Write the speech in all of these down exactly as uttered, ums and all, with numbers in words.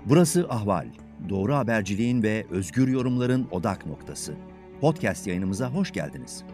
Burası Ahval. Doğru haberciliğin ve özgür yorumların odak noktası. Podcast yayınımıza hoş geldiniz.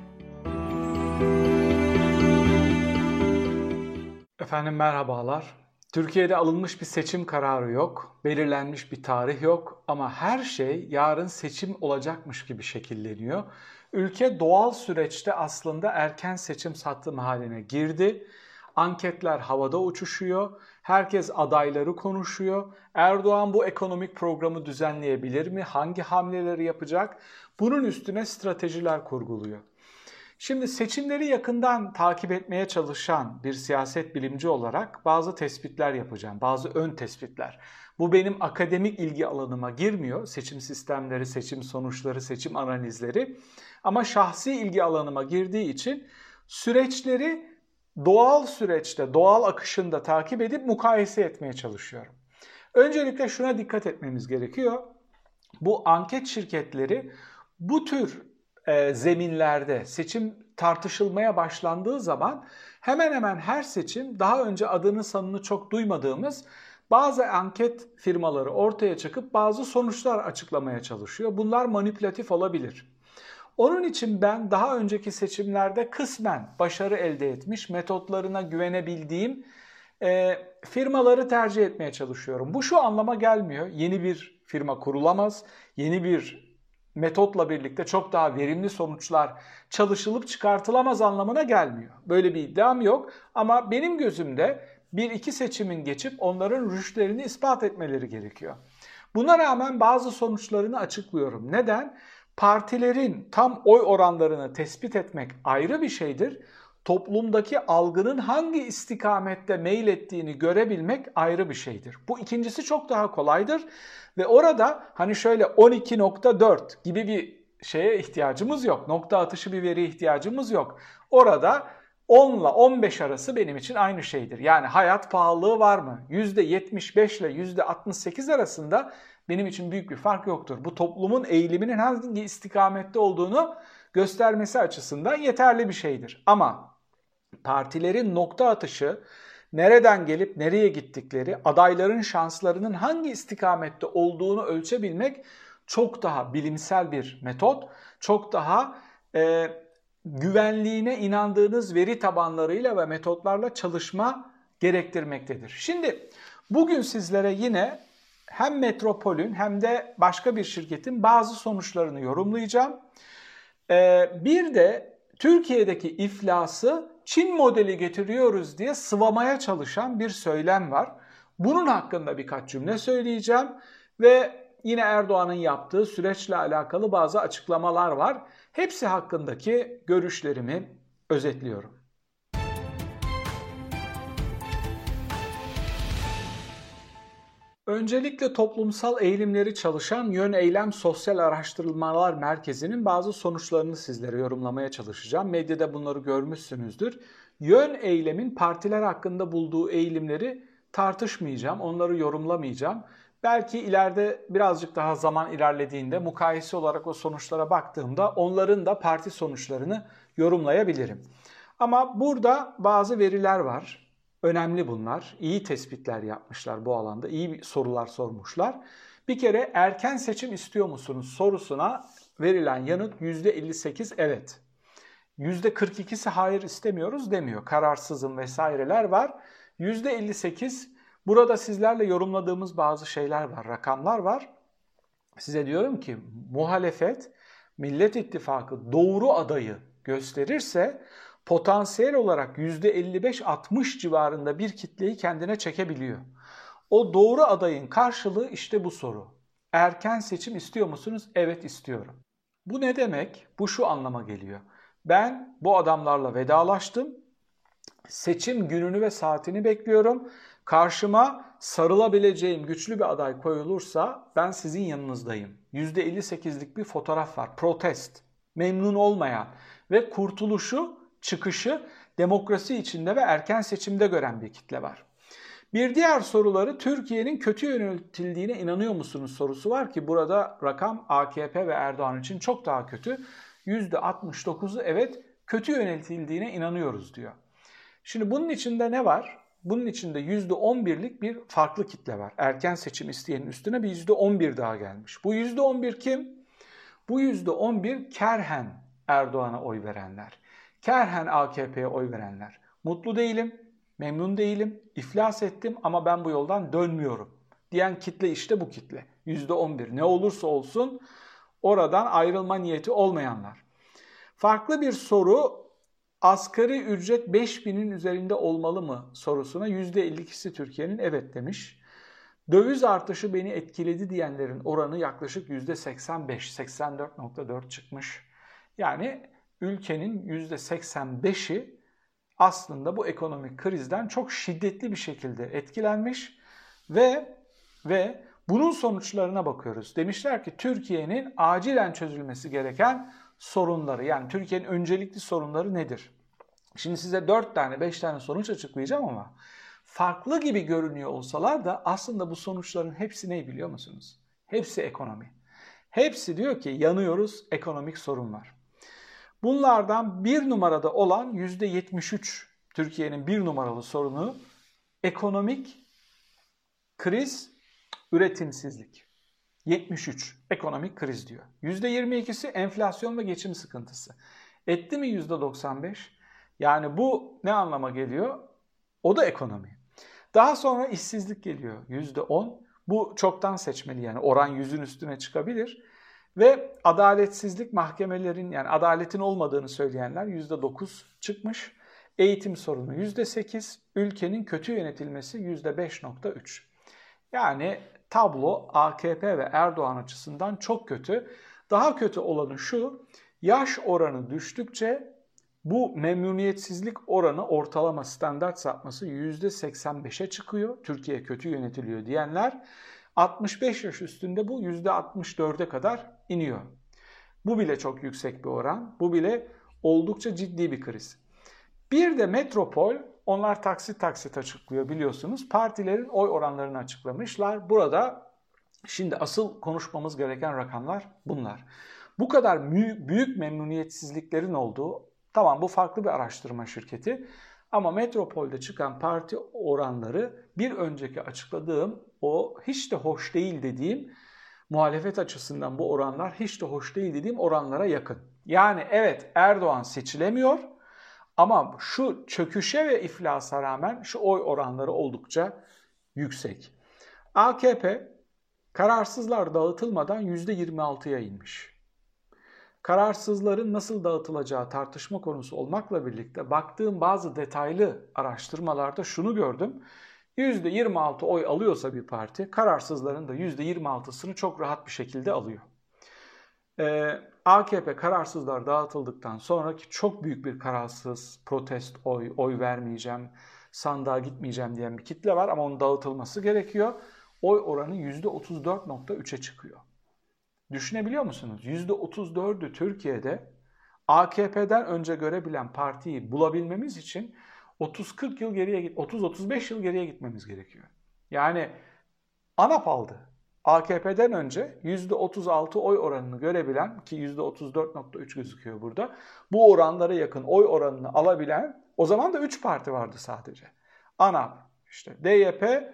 Efendim merhabalar. Türkiye'de alınmış bir seçim kararı yok, belirlenmiş bir tarih yok ama her şey yarın seçim olacakmış gibi şekilleniyor. Ülke doğal süreçte aslında erken seçim sattım haline girdi. Anketler havada uçuşuyor, herkes adayları konuşuyor. Erdoğan bu ekonomik programı düzenleyebilir mi? Hangi hamleleri yapacak? Bunun üstüne stratejiler kurguluyor. Şimdi seçimleri yakından takip etmeye çalışan bir siyaset bilimci olarak bazı tespitler yapacağım, bazı ön tespitler. Bu benim akademik ilgi alanıma girmiyor, seçim sistemleri, seçim sonuçları, seçim analizleri. Ama şahsi ilgi alanıma girdiği için süreçleri doğal süreçte, doğal akışında takip edip mukayese etmeye çalışıyorum. Öncelikle şuna dikkat etmemiz gerekiyor. Bu anket şirketleri bu tür e, zeminlerde seçim tartışılmaya başlandığı zaman hemen hemen her seçim daha önce adını sanını çok duymadığımız bazı anket firmaları ortaya çıkıp bazı sonuçlar açıklamaya çalışıyor. Bunlar manipülatif olabilir. Onun için ben daha önceki seçimlerde kısmen başarı elde etmiş, metotlarına güvenebildiğim e, firmaları tercih etmeye çalışıyorum. Bu şu anlama gelmiyor. Yeni bir firma kurulamaz, yeni bir metotla birlikte çok daha verimli sonuçlar çalışılıp çıkartılamaz anlamına gelmiyor. Böyle bir iddiam yok ama benim gözümde bir iki seçimin geçip onların rüştlerini ispat etmeleri gerekiyor. Buna rağmen bazı sonuçlarını açıklıyorum. Neden? Partilerin tam oy oranlarını tespit etmek ayrı bir şeydir. Toplumdaki algının hangi istikamette meylettiğini görebilmek ayrı bir şeydir. Bu ikincisi çok daha kolaydır ve orada hani şöyle on iki nokta dört gibi bir şeye ihtiyacımız yok. Nokta atışı bir veriye ihtiyacımız yok. Orada on ile on beş arası benim için aynı şeydir. Yani hayat pahalılığı var mı? yüzde yetmiş beş ile yüzde altmış sekiz arasında benim için büyük bir fark yoktur. Bu toplumun eğiliminin hangi istikamette olduğunu göstermesi açısından yeterli bir şeydir. Ama partilerin nokta atışı, nereden gelip nereye gittikleri, adayların şanslarının hangi istikamette olduğunu ölçebilmek çok daha bilimsel bir metot, çok daha e, güvenliğine inandığınız veri tabanlarıyla ve metotlarla çalışma gerektirmektedir. Şimdi bugün sizlere yine hem Metropol'ün hem de başka bir şirketin bazı sonuçlarını yorumlayacağım. Ee, bir de Türkiye'deki iflası Çin modeli getiriyoruz diye sıvamaya çalışan bir söylem var. Bunun hakkında birkaç cümle söyleyeceğim ve yine Erdoğan'ın yaptığı süreçle alakalı bazı açıklamalar var. Hepsi hakkındaki görüşlerimi özetliyorum. Öncelikle toplumsal eğilimleri çalışan Yön Eylem Sosyal Araştırmalar Merkezi'nin bazı sonuçlarını sizlere yorumlamaya çalışacağım. Medyada bunları görmüşsünüzdür. Yön Eylem'in partiler hakkında bulduğu eğilimleri tartışmayacağım, onları yorumlamayacağım. Belki ileride birazcık daha zaman ilerlediğinde mukayese olarak o sonuçlara baktığımda onların da parti sonuçlarını yorumlayabilirim. Ama burada bazı veriler var. Önemli bunlar. İyi tespitler yapmışlar bu alanda. İyi sorular sormuşlar. Bir kere erken seçim istiyor musunuz sorusuna verilen yanıt yüzde elli sekiz evet. yüzde kırk ikisi hayır istemiyoruz demiyor. Kararsızım vesaireler var. yüzde elli sekiz burada sizlerle yorumladığımız bazı şeyler var, rakamlar var. Size diyorum ki muhalefet, Millet İttifakı doğru adayı gösterirse potansiyel olarak yüzde elli beş altmış civarında bir kitleyi kendine çekebiliyor. O doğru adayın karşılığı işte bu soru. Erken seçim istiyor musunuz? Evet istiyorum. Bu ne demek? Bu şu anlama geliyor. Ben bu adamlarla vedalaştım. Seçim gününü ve saatini bekliyorum. Karşıma sarılabileceğim güçlü bir aday koyulursa ben sizin yanınızdayım. yüzde elli sekizlik bir fotoğraf var. Protest, memnun olmayan ve kurtuluşu, çıkışı demokrasi içinde ve erken seçimde gören bir kitle var. Bir diğer soruları Türkiye'nin kötü yönetildiğine inanıyor musunuz sorusu var ki burada rakam A K P ve Erdoğan için çok daha kötü. yüzde altmış dokuzu evet kötü yönetildiğine inanıyoruz diyor. Şimdi bunun içinde ne var? bunun içinde yüzde on birlik bir farklı kitle var. Erken seçim isteyenin üstüne bir yüzde on bir daha gelmiş. Bu yüzde on bir kim? Bu yüzde on bir kerhen Erdoğan'a oy verenler. Kerhen A K P'ye oy verenler. Mutlu değilim, memnun değilim, iflas ettim ama ben bu yoldan dönmüyorum diyen kitle işte bu kitle. yüzde on bir. Ne olursa olsun oradan ayrılma niyeti olmayanlar. Farklı bir soru, asgari ücret beş binin üzerinde olmalı mı sorusuna yüzde elli ikisi Türkiye'nin evet demiş. Döviz artışı beni etkiledi diyenlerin oranı yaklaşık yüzde seksen beş seksen dört nokta dört çıkmış. Yani ülkenin yüzde seksen beşi aslında bu ekonomik krizden çok şiddetli bir şekilde etkilenmiş ve ve bunun sonuçlarına bakıyoruz. Demişler ki Türkiye'nin acilen çözülmesi gereken sorunları, yani Türkiye'nin öncelikli sorunları nedir? Şimdi size dört tane beş tane sonuç açıklayacağım ama farklı gibi görünüyor olsalar da aslında bu sonuçların hepsi ne biliyor musunuz? Hepsi ekonomi. Hepsi diyor ki yanıyoruz, ekonomik sorun var. Bunlardan bir numarada olan yüzde yetmiş üç Türkiye'nin bir numaralı sorunu ekonomik kriz, üretimsizlik. yetmiş üç ekonomik kriz diyor. yüzde yirmi ikisi enflasyon ve geçim sıkıntısı. Etti mi yüzde doksan beş? Yani bu ne anlama geliyor? O da ekonomi. Daha sonra işsizlik geliyor yüzde on. Bu çoktan seçmeli, yani oran yüzün üstüne çıkabilir. Ve adaletsizlik, mahkemelerin, yani adaletin olmadığını söyleyenler yüzde dokuz çıkmış. Eğitim sorunu yüzde sekiz, ülkenin kötü yönetilmesi yüzde beş nokta üç. Yani tablo A K P ve Erdoğan açısından çok kötü. Daha kötü olanı şu, yaş oranı düştükçe bu memnuniyetsizlik oranı ortalama standart sapması yüzde seksen beşe çıkıyor. Türkiye kötü yönetiliyor diyenler. altmış beş yaş üstünde bu yüzde altmış dörde kadar iniyor. Bu bile çok yüksek bir oran. Bu bile oldukça ciddi bir kriz. Bir de metropol, onlar taksit taksit açıklıyor biliyorsunuz. Partilerin oy oranlarını açıklamışlar. Burada şimdi asıl konuşmamız gereken rakamlar bunlar. Bu kadar büyük memnuniyetsizliklerin olduğu, tamam bu farklı bir araştırma şirketi ama metropolde çıkan parti oranları bir önceki açıkladığım o hiç de hoş değil dediğim, muhalefet açısından bu oranlar hiç de hoş değil dediğim oranlara yakın. Yani evet Erdoğan seçilemiyor ama şu çöküşe ve iflasa rağmen şu oy oranları oldukça yüksek. A K P kararsızlar dağıtılmadan yüzde yirmi altıya inmiş. Kararsızların nasıl dağıtılacağı tartışma konusu olmakla birlikte baktığım bazı detaylı araştırmalarda şunu gördüm. yüzde yirmi altı oy alıyorsa bir parti, kararsızların da yüzde yirmi altısını çok rahat bir şekilde alıyor. Ee, A K P kararsızlar dağıtıldıktan sonraki çok büyük bir kararsız, protest oy, oy vermeyeceğim, sandığa gitmeyeceğim diyen bir kitle var ama onun dağıtılması gerekiyor. Oy oranı yüzde otuz dört nokta üçe çıkıyor. Düşünebiliyor musunuz? yüzde otuz dördü Türkiye'de A K P'den önce görebilen partiyi bulabilmemiz için otuz kırk yıl geriye git, otuz otuz beş yıl geriye gitmemiz gerekiyor. Yani ANAP aldı. A K P'den önce yüzde otuz altı oy oranını görebilen, ki yüzde otuz dört nokta üç gözüküyor burada, bu oranlara yakın oy oranını alabilen, o zaman da üç parti vardı sadece. ANAP, işte D Y P,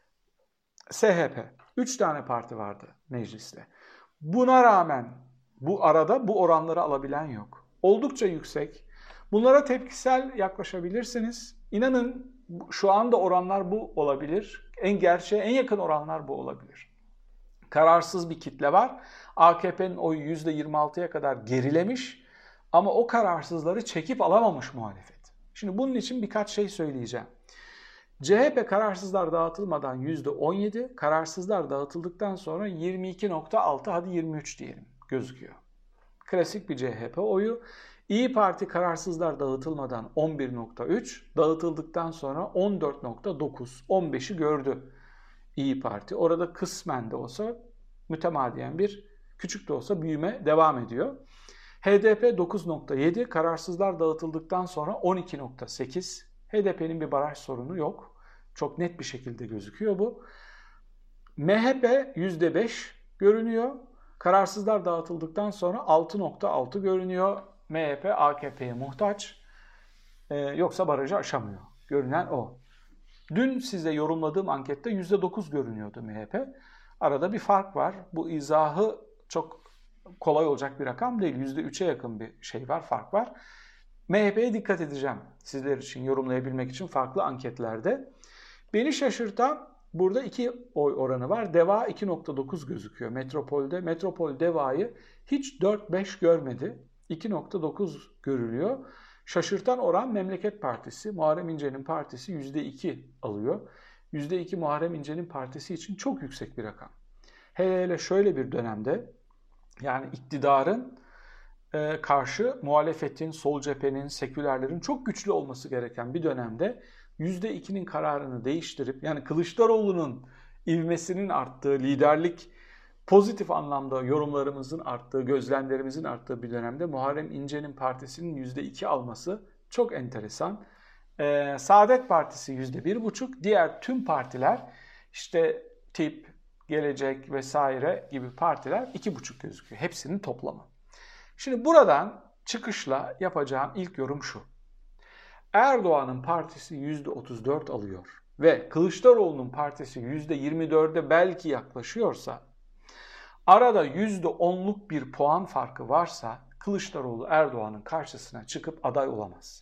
S H P. üç tane parti vardı mecliste. Buna rağmen bu arada bu oranları alabilen yok. Oldukça yüksek. Bunlara tepkisel yaklaşabilirsiniz. İnanın şu anda oranlar bu olabilir. En gerçeğe en yakın oranlar bu olabilir. Kararsız bir kitle var. A K P'nin oyu yüzde yirmi altıya kadar gerilemiş ama o kararsızları çekip alamamış muhalefet. Şimdi bunun için birkaç şey söyleyeceğim. C H P kararsızlar dağıtılmadan yüzde on yedi, kararsızlar dağıtıldıktan sonra yirmi iki nokta altı, hadi yirmi üç diyelim, gözüküyor. Klasik bir C H P oyu. İyi Parti kararsızlar dağıtılmadan on bir nokta üç, dağıtıldıktan sonra on dört nokta dokuz, on beşi gördü İyi Parti. Orada kısmen de olsa mütemadiyen bir küçük de olsa büyüme devam ediyor. H D P dokuz nokta yedi, kararsızlar dağıtıldıktan sonra on iki nokta sekiz. H D P'nin bir baraj sorunu yok. Çok net bir şekilde gözüküyor bu. M H P yüzde beş görünüyor. Kararsızlar dağıtıldıktan sonra altı nokta altı görünüyor. M H P A K P'ye muhtaç. Ee, yoksa barajı aşamıyor. Görünen o. Dün size yorumladığım ankette yüzde dokuz görünüyordu M H P. Arada bir fark var. Bu izahı çok kolay olacak bir rakam değil. yüzde üçe yakın bir şey var, fark var. M H P'ye dikkat edeceğim sizler için, yorumlayabilmek için farklı anketlerde. Beni şaşırtan burada iki oy oranı var. DEVA iki nokta dokuz gözüküyor Metropol'de. Metropol DEVA'yı hiç dört beş görmedi. iki nokta dokuz görülüyor. Şaşırtan oran Memleket Partisi, Muharrem İnce'nin partisi yüzde iki alıyor. yüzde iki Muharrem İnce'nin partisi için çok yüksek bir rakam. Hele hele şöyle bir dönemde, yani iktidarın e, karşı muhalefetin, sol cephenin, sekülerlerin çok güçlü olması gereken bir dönemde yüzde ikinin kararını değiştirip, yani Kılıçdaroğlu'nun ivmesinin arttığı, liderlik pozitif anlamda yorumlarımızın arttığı, gözlemlerimizin arttığı bir dönemde Muharrem İnce'nin partisinin yüzde iki alması çok enteresan. Ee, Saadet Partisi yüzde bir buçuk, diğer tüm partiler işte Tip, Gelecek vesaire gibi partiler iki buçuk gözüküyor. Hepsinin toplamı. Şimdi buradan çıkışla yapacağım ilk yorum şu. Erdoğan'ın partisi yüzde otuz dört alıyor ve Kılıçdaroğlu'nun partisi yüzde yirmi dörde belki yaklaşıyorsa, arada yüzde onluk bir puan farkı varsa Kılıçdaroğlu Erdoğan'ın karşısına çıkıp aday olamaz.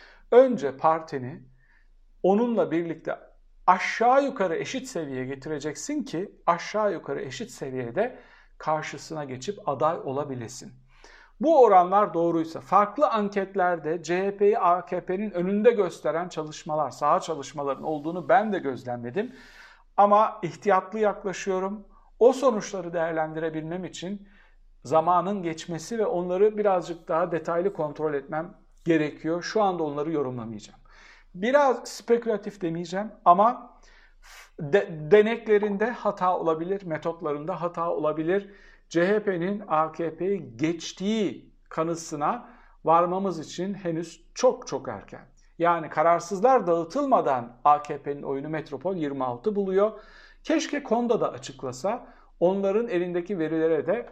Önce partini onunla birlikte aşağı yukarı eşit seviyeye getireceksin ki aşağı yukarı eşit seviyede karşısına geçip aday olabilesin. Bu oranlar doğruysa, farklı anketlerde C H P'yi A K P'nin önünde gösteren çalışmalar, saha çalışmaların olduğunu ben de gözlemledim. Ama ihtiyatlı yaklaşıyorum. O sonuçları değerlendirebilmem için zamanın geçmesi ve onları birazcık daha detaylı kontrol etmem gerekiyor. Şu anda onları yorumlamayacağım. Biraz spekülatif demeyeceğim ama de, deneklerinde hata olabilir, metotlarında hata olabilir. C H P'nin A K P'yi geçtiği kanısına varmamız için henüz çok çok erken. Yani kararsızlar dağıtılmadan A K P'nin oyunu Metropol yirmi altı buluyor. Keşke Konda da açıklasa, onların elindeki verilere de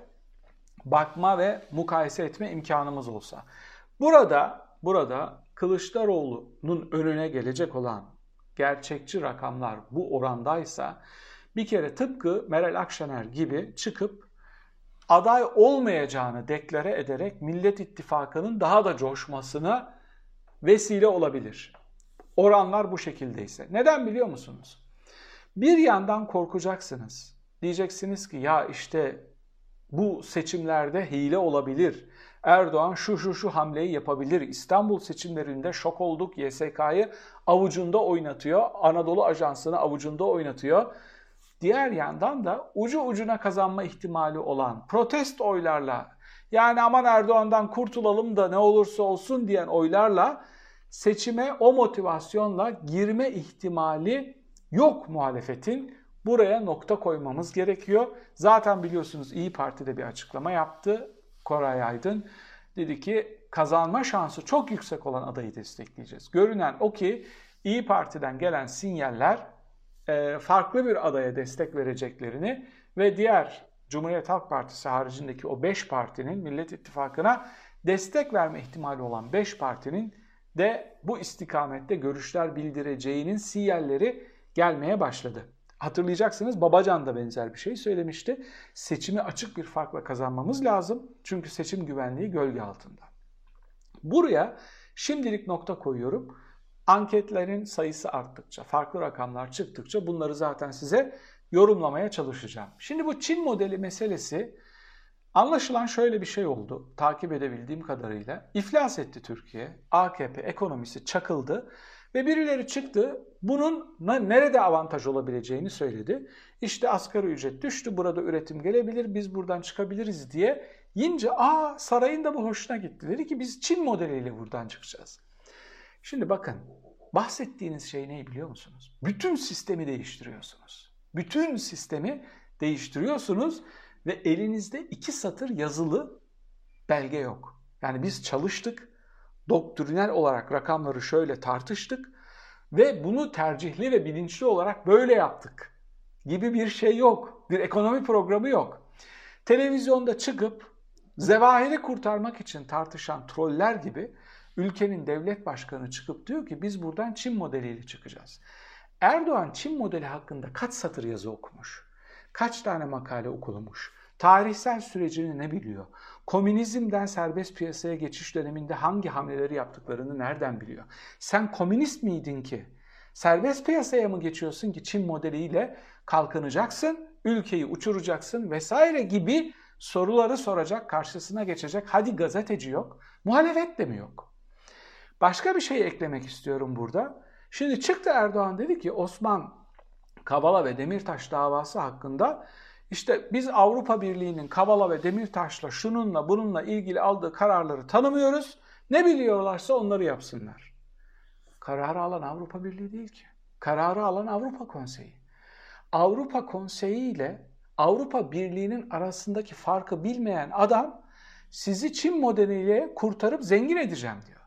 bakma ve mukayese etme imkanımız olsa. Burada, burada Kılıçdaroğlu'nun önüne gelecek olan gerçekçi rakamlar bu orandaysa, bir kere tıpkı Meral Akşener gibi çıkıp aday olmayacağını deklare ederek Millet İttifakı'nın daha da coşmasına vesile olabilir. Oranlar bu şekildeyse. Neden biliyor musunuz? Bir yandan korkacaksınız. Diyeceksiniz ki ya işte bu seçimlerde hile olabilir. Erdoğan şu şu şu hamleyi yapabilir. İstanbul seçimlerinde şok olduk. Y S K'yı avucunda oynatıyor. Anadolu Ajansı'nı avucunda oynatıyor. Diğer yandan da ucu ucuna kazanma ihtimali olan protest oylarla, yani aman Erdoğan'dan kurtulalım da ne olursa olsun diyen oylarla seçime o motivasyonla girme ihtimali yok muhalefetin. Buraya nokta koymamız gerekiyor. Zaten biliyorsunuz İYİ Parti'de bir açıklama yaptı Koray Aydın. Dedi ki kazanma şansı çok yüksek olan adayı destekleyeceğiz. Görünen o ki İYİ Parti'den gelen sinyaller farklı bir adaya destek vereceklerini ve diğer Cumhuriyet Halk Partisi haricindeki o beş partinin Millet İttifakı'na destek verme ihtimali olan beş partinin de bu istikamette görüşler bildireceğinin sinyalleri gelmeye başladı. Hatırlayacaksınız Babacan da benzer bir şey söylemişti. Seçimi açık bir farkla kazanmamız lazım. Çünkü seçim güvenliği gölge altında. Buraya şimdilik nokta koyuyorum. Anketlerin sayısı arttıkça, farklı rakamlar çıktıkça bunları zaten size yorumlamaya çalışacağım. Şimdi bu Çin modeli meselesi, anlaşılan şöyle bir şey oldu takip edebildiğim kadarıyla. İflas etti Türkiye, A K P ekonomisi çakıldı ve birileri çıktı bunun nerede avantaj olabileceğini söyledi. İşte asgari ücret düştü, burada üretim gelebilir, biz buradan çıkabiliriz diye. Yince aa sarayın da bu hoşuna gitti. Dedi ki biz Çin modeliyle buradan çıkacağız. Şimdi bakın, bahsettiğiniz şey ne biliyor musunuz? Bütün sistemi değiştiriyorsunuz. Bütün sistemi değiştiriyorsunuz ve elinizde iki satır yazılı belge yok. Yani biz çalıştık, doktrinal olarak rakamları şöyle tartıştık ve bunu tercihli ve bilinçli olarak böyle yaptık gibi bir şey yok. Bir ekonomi programı yok. Televizyonda çıkıp zevahiri kurtarmak için tartışan troller gibi ülkenin devlet başkanı çıkıp diyor ki biz buradan Çin modeliyle çıkacağız. Erdoğan Çin modeli hakkında kaç satır yazı okumuş? Kaç tane makale okumuş? Tarihsel sürecini ne biliyor? Komünizmden serbest piyasaya geçiş döneminde hangi hamleleri yaptıklarını nereden biliyor? Sen komünist miydin ki? Serbest piyasaya mı geçiyorsun ki Çin modeliyle kalkınacaksın, ülkeyi uçuracaksın vesaire gibi soruları soracak, karşısına geçecek. Hadi gazeteci yok, muhalefet de mi yok? Başka bir şey eklemek istiyorum burada. Şimdi çıktı Erdoğan dedi ki Osman Kavala ve Demirtaş davası hakkında işte biz Avrupa Birliği'nin Kavala ve Demirtaş'la şununla bununla ilgili aldığı kararları tanımıyoruz. Ne biliyorlarsa onları yapsınlar. Kararı alan Avrupa Birliği değil ki. Kararı alan Avrupa Konseyi. Avrupa Konseyi ile Avrupa Birliği'nin arasındaki farkı bilmeyen adam sizi Çin modeliyle kurtarıp zengin edeceğim diyor.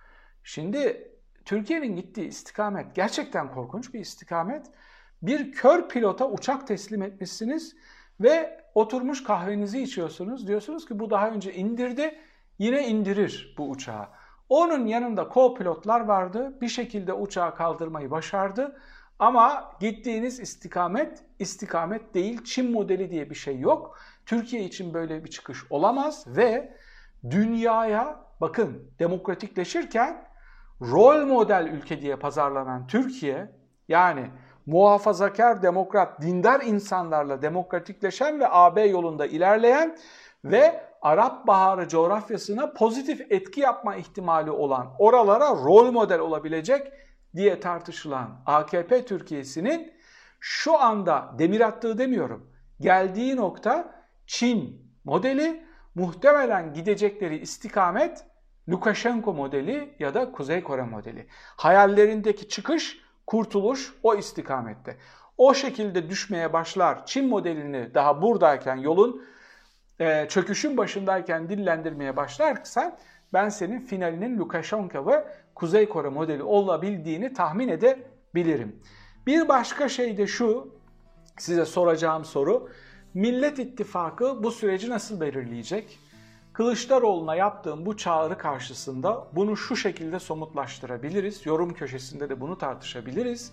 Şimdi Türkiye'nin gittiği istikamet gerçekten korkunç bir istikamet. Bir kör pilota uçak teslim etmişsiniz ve oturmuş kahvenizi içiyorsunuz. Diyorsunuz ki bu daha önce indirdi, yine indirir bu uçağı. Onun yanında co-pilotlar vardı. Bir şekilde uçağı kaldırmayı başardı. Ama gittiğiniz istikamet, istikamet değil. Çin modeli diye bir şey yok. Türkiye için böyle bir çıkış olamaz ve dünyaya bakın demokratikleşirken rol model ülke diye pazarlanan Türkiye, yani muhafazakar, demokrat, dindar insanlarla demokratikleşen ve A B yolunda ilerleyen ve Arap Baharı coğrafyasına pozitif etki yapma ihtimali olan, oralara rol model olabilecek diye tartışılan A K P Türkiye'sinin şu anda demir attığı demiyorum, geldiği nokta Çin modeli, muhtemelen gidecekleri istikamet Lukashenko modeli ya da Kuzey Kore modeli. Hayallerindeki çıkış, kurtuluş o istikamette. O şekilde düşmeye başlar. Çin modelini daha buradayken, yolun e, çöküşün başındayken dillendirmeye başlarsan ben senin finalinin Lukashenko ve Kuzey Kore modeli olabildiğini tahmin edebilirim. Bir başka şey de şu, size soracağım soru. Millet İttifakı bu süreci nasıl belirleyecek? Kılıçdaroğlu'na yaptığım bu çağrı karşısında bunu şu şekilde somutlaştırabiliriz. Yorum köşesinde de bunu tartışabiliriz.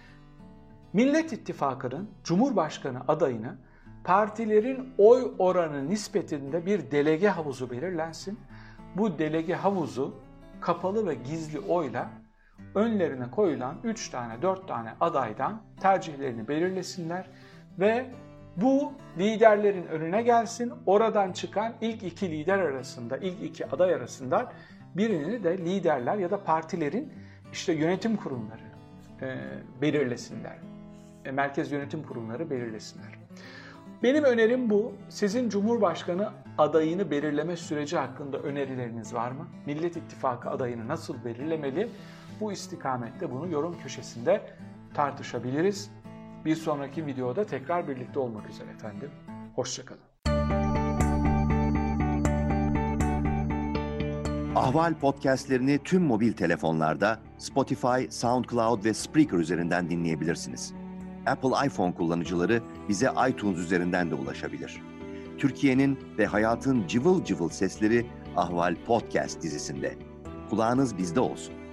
Millet İttifakı'nın Cumhurbaşkanı adayını partilerin oy oranı nispetinde bir delege havuzu belirlensin. Bu delege havuzu kapalı ve gizli oyla önlerine koyulan üç tane dört tane adaydan tercihlerini belirlesinler ve bu liderlerin önüne gelsin. Oradan çıkan ilk iki lider arasında, ilk iki aday arasında birini de liderler ya da partilerin işte yönetim kurumları e, belirlesinler. E, merkez yönetim kurumları belirlesinler. Benim önerim bu. Sizin Cumhurbaşkanı adayını belirleme süreci hakkında önerileriniz var mı? Millet İttifakı adayını nasıl belirlemeli? Bu istikamette bunu yorum köşesinde tartışabiliriz. Bir sonraki videoda tekrar birlikte olmak üzere efendim. Hoşça kalın. Ahval podcastlerini tüm mobil telefonlarda Spotify, SoundCloud ve Spreaker üzerinden dinleyebilirsiniz. Apple iPhone kullanıcıları bize iTunes üzerinden de ulaşabilir. Türkiye'nin ve hayatın cıvıl cıvıl sesleri Ahval Podcast dizisinde. Kulağınız bizde olsun.